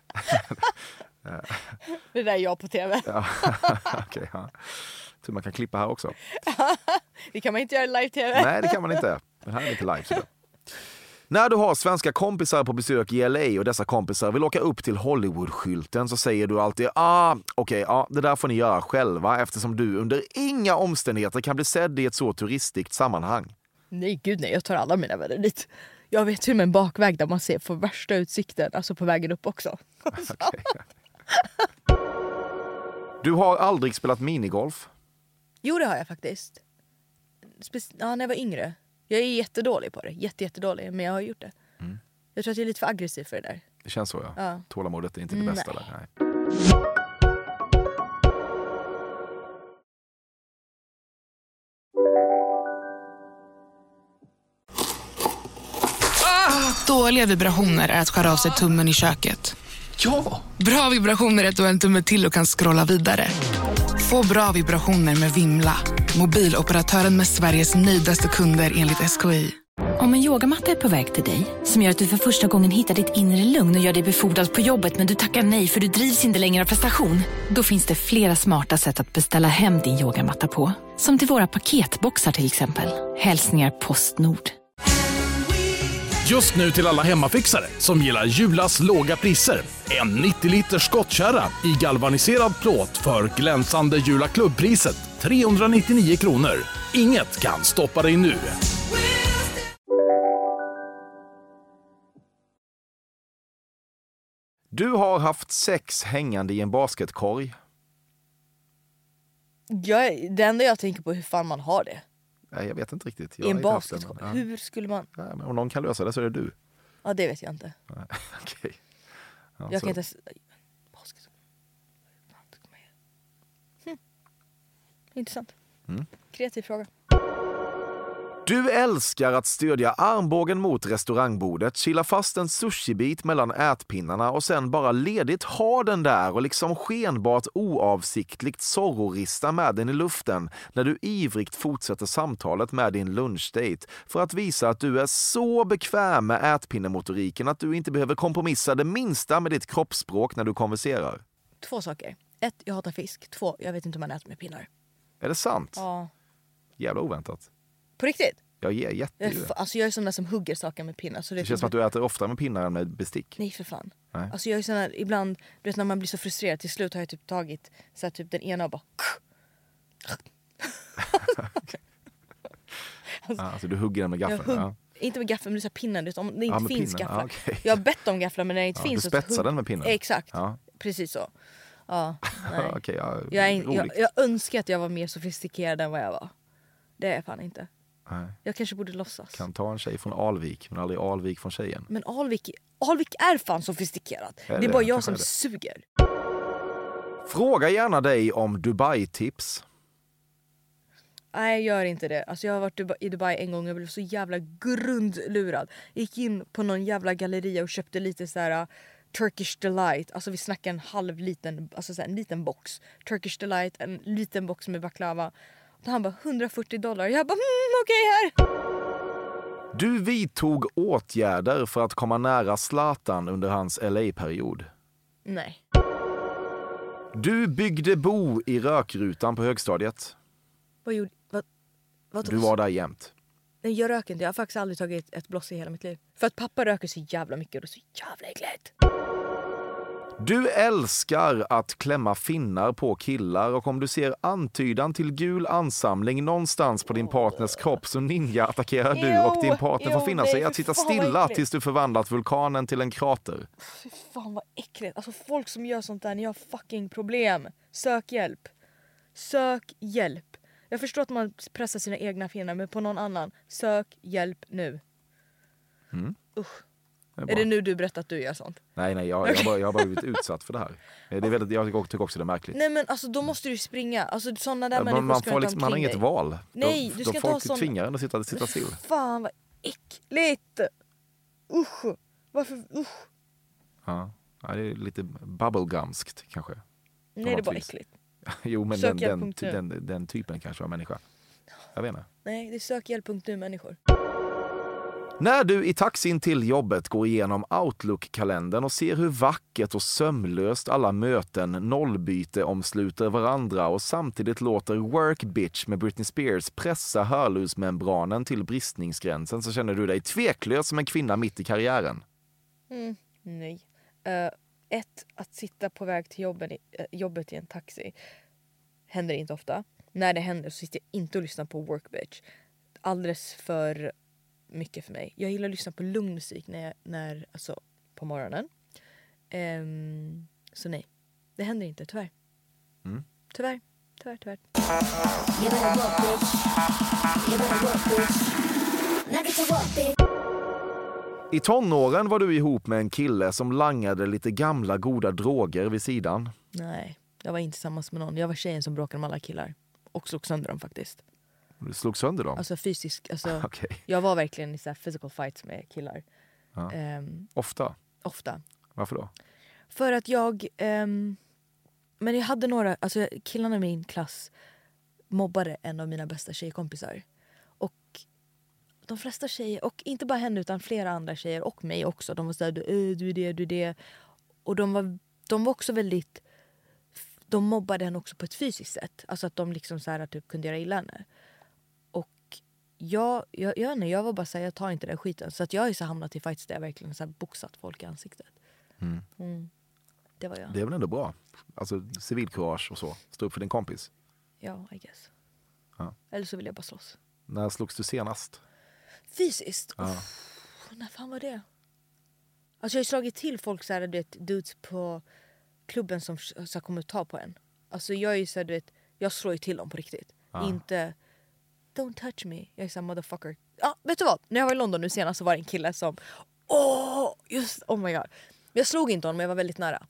Det där är jag på tv. Ja, okej. Ja. Tur man kan klippa här också. Det kan man inte göra i live-tv. Nej, det kan man inte. Men här är det inte live. Så. När du har svenska kompisar på besök i LA och dessa kompisar vill åka upp till Hollywood-skylten så säger du alltid det där får ni göra själva eftersom du under inga omständigheter kan bli sedd i ett så turistiskt sammanhang. Nej, gud nej. Jag tar alla mina vänner dit. Jag vet hur med en bakväg där man ser får värsta utsikten. Alltså på vägen upp också. Okay. Du har aldrig spelat minigolf? Jo, det har jag faktiskt. När jag var yngre. Jag är jättedålig på det. Jättedålig. Men jag har gjort det. Mm. Jag tror att jag är lite för aggressiv för det där. Det känns så, ja. Tålamodet är inte det bästa. Nej. Där. Nej. Dåliga vibrationer är att skära av sig tummen i köket. Ja! Bra vibrationer är att du har en tumme till och kan scrolla vidare. Få bra vibrationer med Vimla. Mobiloperatören med Sveriges nöjdaste kunder enligt SKI. Om en yogamatta är på väg till dig, som gör att du för första gången hittar ditt inre lugn och gör dig befordrad på jobbet men du tackar nej för du drivs inte längre av prestation. Då finns det flera smarta sätt att beställa hem din yogamatta på. Som till våra paketboxar till exempel. Hälsningar Postnord. Just nu till alla hemmafixare som gillar Julas låga priser. En 90-liters skottkärra i galvaniserad plåt för glänsande Jula klubbpriset 399 kronor. Inget kan stoppa dig nu. Du har haft sex hängande i en basketkorg. Det enda jag tänker på är hur fan man har det. Nej, jag vet inte riktigt. I en basketkorg. Ja. Hur skulle man... Ja, men om någon kan lösa det så är det du. Ja, det vet jag inte. Okej. Ja, jag kan inte... Basket. Intressant. Kreativ fråga. Du älskar att stödja armbågen mot restaurangbordet, chilla fast en sushibit mellan ätpinnarna och sen bara ledigt ha den där och liksom skenbart oavsiktligt sorrorista med den i luften när du ivrigt fortsätter samtalet med din lunchdate för att visa att du är så bekväm med ätpinnemotoriken att du inte behöver kompromissa det minsta med ditt kroppsspråk när du konverserar. 2 saker. 1. Jag hatar fisk. 2. Jag vet inte om man äter med pinnar. Är det sant? Ja. Jävla oväntat. På riktigt? Jag är alltså jag är sån där som hugger saker med pinnar. Så det känns som att du äter ofta med pinnar än med bestick. Nej, för fan. Nej. Alltså jag är sån där, ibland, du vet när man blir så frustrerad, till slut har jag typ tagit så här, typ den ena och bara... alltså du hugger den med gaffeln? Inte med gaffeln, men det är pinnen. Om det inte finns pinnen. gafflar. Okay. Jag har bett om gafflar, men när det inte finns... Du spetsar den med pinnen? Exakt, precis så. Ja, nej. Okay, jag önskar att jag var mer sofistikerad än vad jag var. Det är jag fan inte. Nej. Jag kanske borde låtsas. Kan ta en tjej från Alvik, men aldrig Alvik från tjejen. Men Alvik är fan sofistikerat. Det är bara jag som suger. Fråga gärna dig om Dubai-tips. Nej, jag gör inte det. Alltså jag har varit i Dubai en gång och jag blev så jävla grundlurad. Jag gick in på någon jävla galleria och köpte lite så här Turkish Delight. Alltså vi snackar en halv liten, alltså så här, en liten box. Turkish Delight, en liten box med baklava. Och han bara $140. Jag bara okej här. Du vidtog åtgärder för att komma nära Zlatan under hans LA-period. Nej. Du byggde bo i rökrutan på högstadiet. Vad gjorde... Vad du var där jämt. Nej, jag röker inte. Jag har faktiskt aldrig tagit ett bloss i hela mitt liv. För att pappa röker så jävla mycket och det är så jävla äckligt. Du älskar att klämma finnar på killar och om du ser antydan till gul ansamling någonstans på din partners kropp så ninja-attackerar du och din partner får finna sig att sitta stilla tills du förvandlat vulkanen till en krater. Fy fan vad äckligt. Alltså folk som gör sånt där, ni har fucking problem. Sök hjälp. Sök hjälp. Jag förstår att man pressar sina egna finnar, men på någon annan. Sök hjälp nu. Usch. Är det nu du berättar att du gör sånt? Nej, jag har bara blivit utsatt för det här. Det är väldigt, jag tycker också det är märkligt. Nej men alltså då måste du springa. Alltså sådana där människor man ska får inte liksom, man har inget val. Nej, du ska inte ha sån... tvingar en att sitta still. Fan vad äckligt. Usch. Varför? Usch. Ja, det är lite bubblegumskt kanske. Nej, det är bara äckligt. Jo, men den typen kanske av människa. Jag vet inte. Nej, det är sökhjälp.nu människor. När du i taxin till jobbet går igenom Outlook-kalendern och ser hur vackert och sömlöst alla möten nollbyte omsluter varandra och samtidigt låter Work Bitch med Britney Spears pressa hörlursmembranen till bristningsgränsen, så känner du dig tveklös som en kvinna mitt i karriären. Nej. Att sitta på väg till jobbet i en taxi händer inte ofta. När det händer så sitter jag inte och lyssnar på Work Bitch. Alldeles för mycket för mig. Jag gillar att lyssna på lugn musik alltså på morgonen. Så nej, det händer inte, tyvärr. Tyvärr. I tonåren var du ihop med en kille som langade lite gamla goda droger vid sidan. Nej, jag var inte tillsammans med någon. Jag var tjejen som bråkade med alla killar. Och slog sönder dem faktiskt. Du slog sönder dem? Alltså fysiskt. Alltså, okay. Jag var verkligen i så här physical fights med killar. Ja. Ofta? Ofta. Varför då? För att jag... men jag hade några... Alltså killarna i min klass mobbade en av mina bästa tjejkompisar. Och de flesta tjejer, och inte bara henne utan flera andra tjejer och mig också. De var såhär, du är det. Och de var också väldigt... De mobbade henne också på ett fysiskt sätt. Alltså att de liksom så här typ kunde göra illa henne. Och jag var bara såhär, jag tar inte den skiten. Så att jag har ju så hamnat i fights där jag verkligen så här boxat folk i ansiktet. Det var jag. Det är väl ändå bra. Alltså civilkurage och så. Stå upp för din kompis. Ja, I guess. Ja. Eller så vill jag bara slåss. När slogs du senast? Fysiskt? Ja. När fan var det? Alltså jag har slagit till folk så här, du vet, dudes på klubben som så kommer ta på en. Alltså jag är ju så här, du vet, jag slår ju till dem på riktigt. Inte don't touch me. Jag är så här, motherfucker. Ja, vet du vad? När jag var i London nu senast så var det en kille som oh my god. Jag slog inte honom men jag var väldigt nära.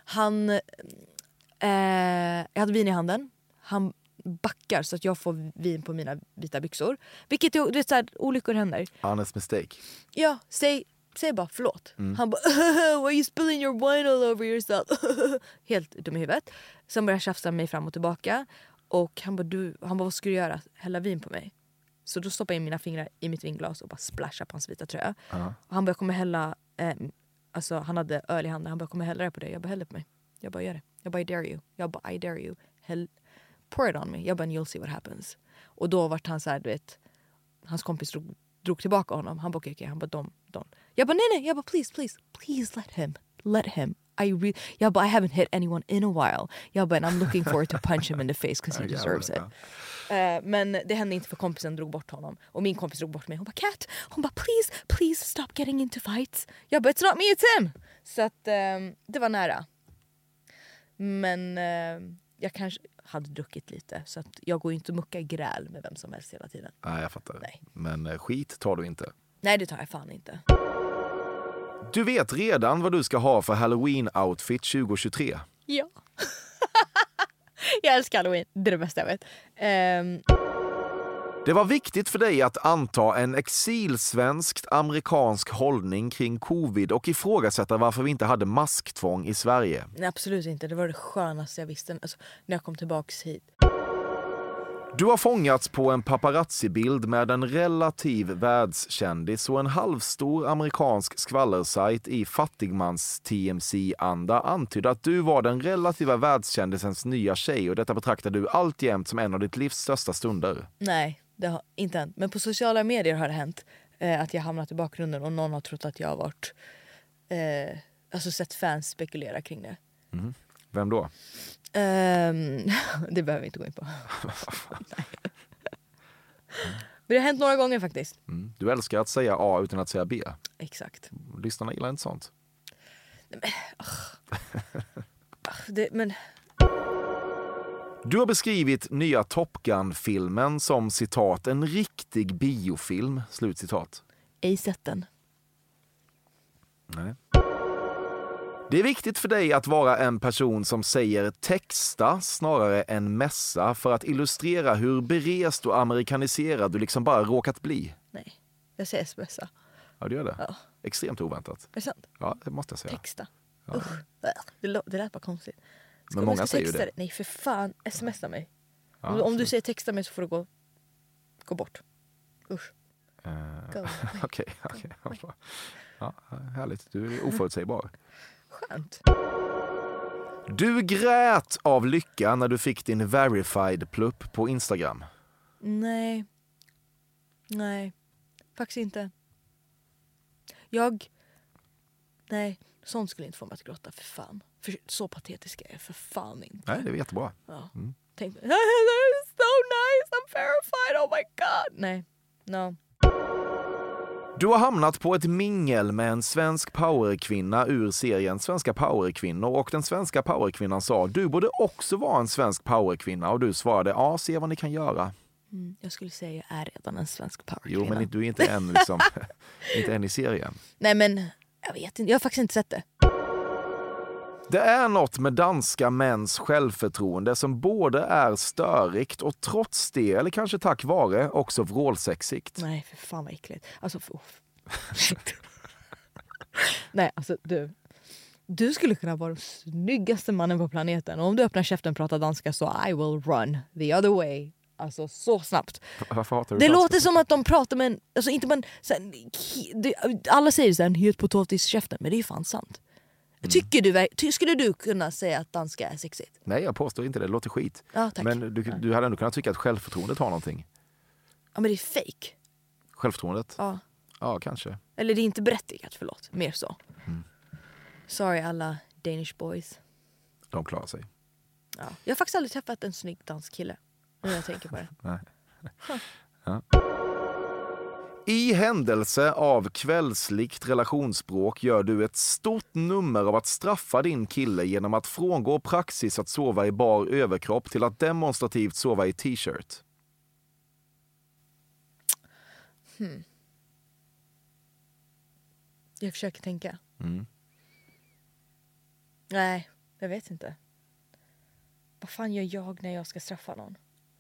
Jag hade vin i handen. Han backar så att jag får vin på mina vita byxor. Vilket du vet så här, olyckor händer. Honest mistake. Ja, säg bara förlåt. Han bara, why are you spilling your wine all over yourself? Helt dum i huvudet. Sen började jag tjafsa mig fram och tillbaka. Och han bara, vad ska du göra? Hälla vin på mig. Så då stoppade jag in mina fingrar i mitt vinglas och bara splashade på hans vita tröja. Och han började komma hälla, alltså han hade öl i handen. Han började komma hälla det på det. Jag bara, häll det på mig. Jag bara, gör det. Jag bara, I dare you. Pour it on me. Jag bara, you'll see what happens. Och då vart han så här, du vet, hans kompis drog tillbaka honom. Han bara, okej. Han bara, don't. Jag bara, nej. Jag bara, please let him. Jag bara, I haven't hit anyone in a while. Jag bara, and I'm looking forward to punch him in the face because he deserves it. Men det hände inte för kompisen drog bort honom. Och min kompis drog bort mig. Hon bara, Kat, please stop getting into fights. Jag bara, it's not me, it's him. Så att det var nära. Men jag kanske hade druckit lite. Så att jag går ju inte att mucka gräl med vem som helst hela tiden. Nej, jag fattar. Nej. Men skit tar du inte. Nej, det tar jag fan inte. Du vet redan vad du ska ha för Halloween-outfit 2023. Ja. Jag älskar Halloween. Det är det bästa jag vet. Det var viktigt för dig att anta en exilsvenskt amerikansk hållning kring covid och ifrågasätta varför vi inte hade masktvång i Sverige. Nej, absolut inte. Det var det skönaste jag visste alltså, när jag kom tillbaks hit. Du har fångats på en paparazzi-bild med en relativ världskändis och en halvstor amerikansk skvallersajt i fattigmans TMC-anda antydde att du var den relativa världskändisens nya tjej och detta betraktar du alltjämt som en av ditt livs största stunder. Nej, det har inte hänt. Men på sociala medier har det hänt att jag hamnat i bakgrunden och någon har trott att jag har varit alltså sett fans spekulera kring det. Mm. Vem då? Det behöver vi inte gå in på. Men det har hänt några gånger faktiskt. Du älskar att säga A utan att säga B. Exakt. Lyssnarna gillar inte sånt. Men, Du har beskrivit nya Top Gun-filmen som citat en riktig biofilm, slutcitat. Ej sett den. Nej. Det är viktigt för dig att vara en person som säger texta snarare än mässa för att illustrera hur berest och amerikaniserad du liksom bara råkat bli. Nej, jag säger smsa. Ja, du gör det? Ja. Extremt oväntat. Är det sant? Ja, det måste jag säga. Texta. Ja. Usch. Det lät bara konstigt. Men många säger ju det. Nej, för fan. Smsa mig. Ja, om du säger texta mig så får du gå bort. Usch. Okej. Ja, härligt. Du är oförutsägbar. Skönt. Du grät av lycka när du fick din verified-plupp på Instagram. Nej, faktiskt inte. Nej, sånt skulle inte få mig att gråta, för fan. För så patetisk är jag för fan inte. Nej, det är jättebra. Ja. Tänk, that is so nice, I'm verified, oh my god. Nej, no. Du har hamnat på ett mingel med en svensk powerkvinna ur serien Svenska powerkvinnor och den svenska powerkvinnan sa du borde också vara en svensk powerkvinna och du svarade ja, se vad ni kan göra. Jag skulle säga jag är redan en svensk powerkvinna. Jo, men du är inte än liksom, inte än i serien. Nej, men jag vet inte, jag har faktiskt inte sett det. Det är något med danska mäns självförtroende som både är störigt och trots det, eller kanske tack vare, också vrålsexigt. Nej, för fan vad äckligt. Alltså, nej, alltså du skulle kunna vara den snyggaste mannen på planeten. Och om du öppnar käften och pratar danska så I will run the other way. Alltså så snabbt. Varför hatar du det danska? låter som att de pratar med en, alltså inte man, alla säger så här, en het potatis i käften, men det är ju fan sant. Skulle du kunna säga att danska är sexigt? Nej, jag påstår inte det. Det låter skit. Ja, tack. Men du hade ändå kunnat tycka att självförtroendet har någonting. Ja, men det är fake. Självförtroendet? Ja. Ja, kanske. Eller det är inte berättigat, förlåt. Mer så. Sorry alla Danish boys. De klarar sig. Ja. Jag har faktiskt aldrig träffat en snygg dansk kille. Nu jag tänker på det. Nej. Ja. I händelse av kvällslikt relationsbråk gör du ett stort nummer av att straffa din kille genom att frångå praxis att sova i bar överkropp till att demonstrativt sova i t-shirt. Jag försöker tänka. Nej, jag vet inte. Vad fan gör jag när jag ska straffa någon?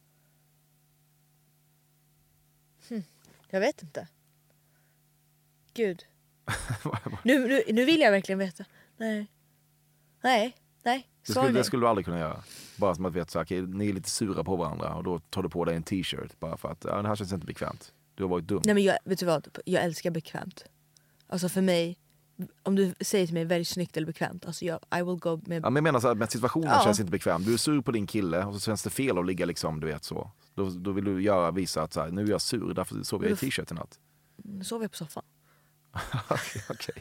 Jag vet inte. Gud. nu vill jag verkligen veta. Nej. Det skulle du aldrig kunna göra. Bara som att veta så här, ni är lite sura på varandra och då tar du på dig en t-shirt bara för att det här känns inte bekvämt. Du har varit dum. Nej, men vet du vad? Jag älskar bekvämt. Alltså för mig, om du säger till mig väldigt snyggt eller bekvämt, alltså I will go med... Ja, men jag menar så här, med situationen känns inte bekväm. Du är sur på din kille och så känns det fel att ligga liksom, du vet så. Då vill du visa att så här, nu är jag sur, därför sover jag i t-shirt i natt. Nu sover jag på soffan. Okej.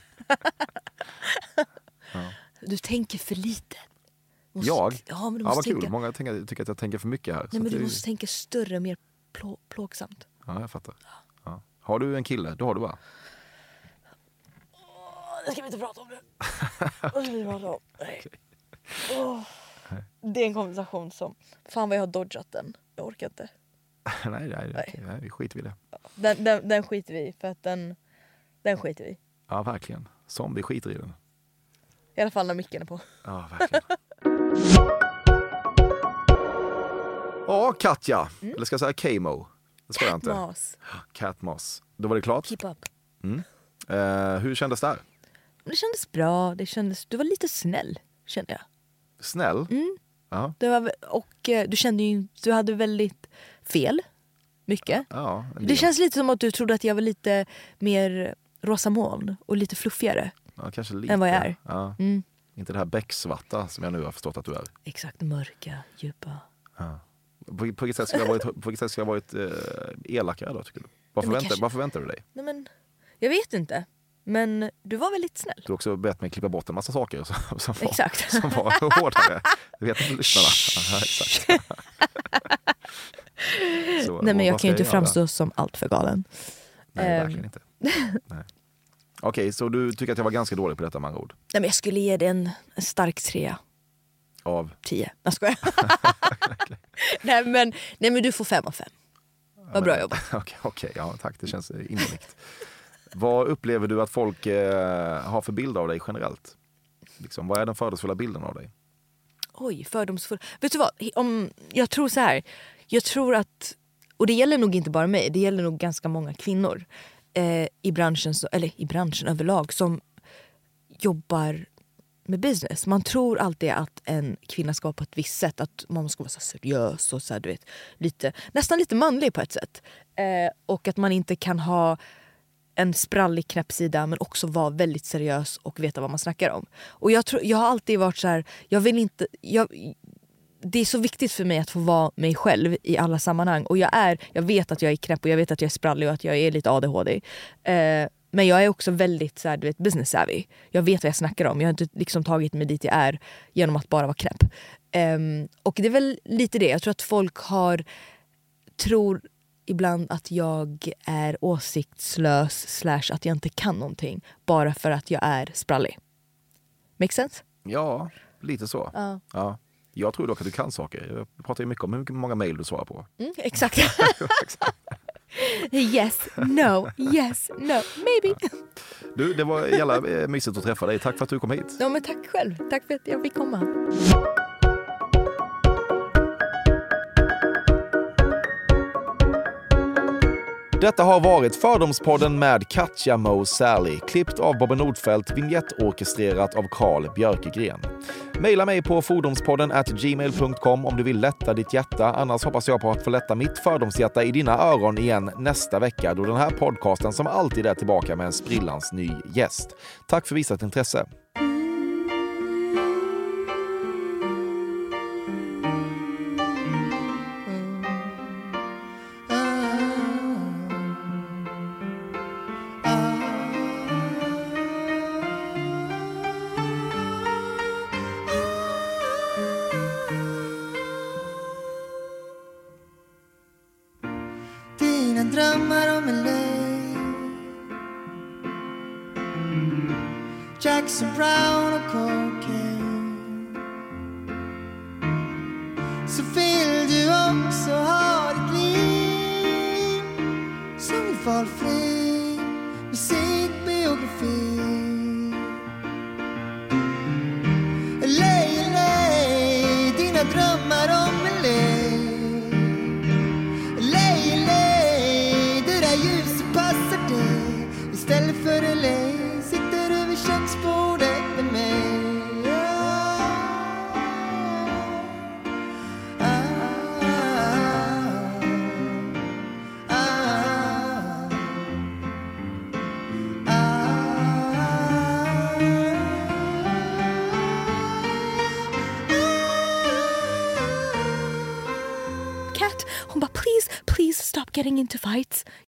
Ja. Du tänker för lite. Jag? Ja, men du vad måste kul. tänka... Många tycker att jag tänker för mycket här. Nej, men du måste tänka större, mer plågsamt. Ja, jag fattar. Ja. Har du en kille? Då har du va? Det ska vi inte prata om nu. Nej. Det är en konversation som... Fan vad jag har dodgat den. Jag orkar inte. Nej, vi skiter i det. Den skiter vi i, för att den skiter vi. Ja, verkligen. Som vi skiter i den. I alla fall när micken är på. Ja, verkligen. Ja, Katja. Eller ska jag säga K-Mo? Det ska jag inte. Cat Moss. Då var det klart. Keep up. Hur kändes det här? Det kändes bra. Du var lite snäll, kände jag. Snäll? Ja. Du kände ju, du hade väldigt fel. Mycket. Ja, det känns lite som att du trodde att jag var lite mer rosa moln och lite fluffigare. Ja, kanske lite. Än vad jag är. Ja. Inte det här becksvarta som jag nu har förstått att du är. Exakt, mörka, djupa. Ja. På vilket sätt ska jag ha varit elakare då, tycker du? Vad förväntar du dig? Nej, men jag vet inte. Men du var väldigt snäll. Du har också bett mig klippa bort en massa saker som var hårdare. Du vet inte lyssnarna. Ja, exakt. Så, nej, men jag kan ju inte framstå som allt för galen. Nej, verkligen inte. Okej, så du tycker att jag var ganska dålig på detta med andra ord? Nej, men jag skulle ge dig en stark 3. Av? 10. Jag skojar. nej, men du får 5 av 5. Vad bra jobbat. Okej, ja tack. Det känns innerligt. Vad upplever du att folk har för bild av dig generellt? Liksom, vad är den fördomsfulla bilden av dig? Oj, fördomsfull. Vet du vad? Jag tror så här. Jag tror att, och det gäller nog inte bara mig, det gäller nog ganska många kvinnor i branschen, eller i branschen överlag, som jobbar med business. Man tror alltid att en kvinna ska vara på ett visst sätt, att man ska vara så seriös och så här, du vet, nästan lite manlig på ett sätt. Och att man inte kan ha en sprallig knäppsida men också vara väldigt seriös och veta vad man snackar om. Och jag har alltid varit så här, det är så viktigt för mig att få vara mig själv i alla sammanhang. Och jag vet att jag är knäpp och jag vet att jag är sprallig och att jag är lite ADHD. Men jag är också väldigt så här, du vet, business savvy. Jag vet vad jag snackar om. Jag har inte liksom tagit mig dit jag är genom att bara vara knäpp. Och det är väl lite det. Jag tror att folk tror ibland att jag är åsiktslös / att jag inte kan någonting bara för att jag är sprallig. Make sense? Ja, lite så. Ja. Jag tror dock att du kan saker. Jag pratar ju mycket om hur många mejl du svarar på. Exakt. Yes, no, maybe. Du, det var jävla mysigt att träffa dig. Tack för att du kom hit. Ja, men tack själv. Tack för att jag fick komma. Detta har varit Fördomspodden med Katja Mo Sally, klippt av Bobbe Nordfeldt, vignettorkestrerat av Carl Björkegren. Maila mig på fordomspodden@gmail.com om du vill lätta ditt hjärta. Annars hoppas jag på att få lätta mitt fördomshjärta i dina öron igen nästa vecka, då den här podcasten som alltid är tillbaka med en sprillans ny gäst. Tack för visat intresse. Drömmar om LA, Jackson Brown och cocaine. Så vill du också ha ditt liv som en valfri musikbiografi. LA, dina drömmar om LA. Istället för LA sitter du vid köksbordet med mig. Cat, hon bara please stop getting into fights.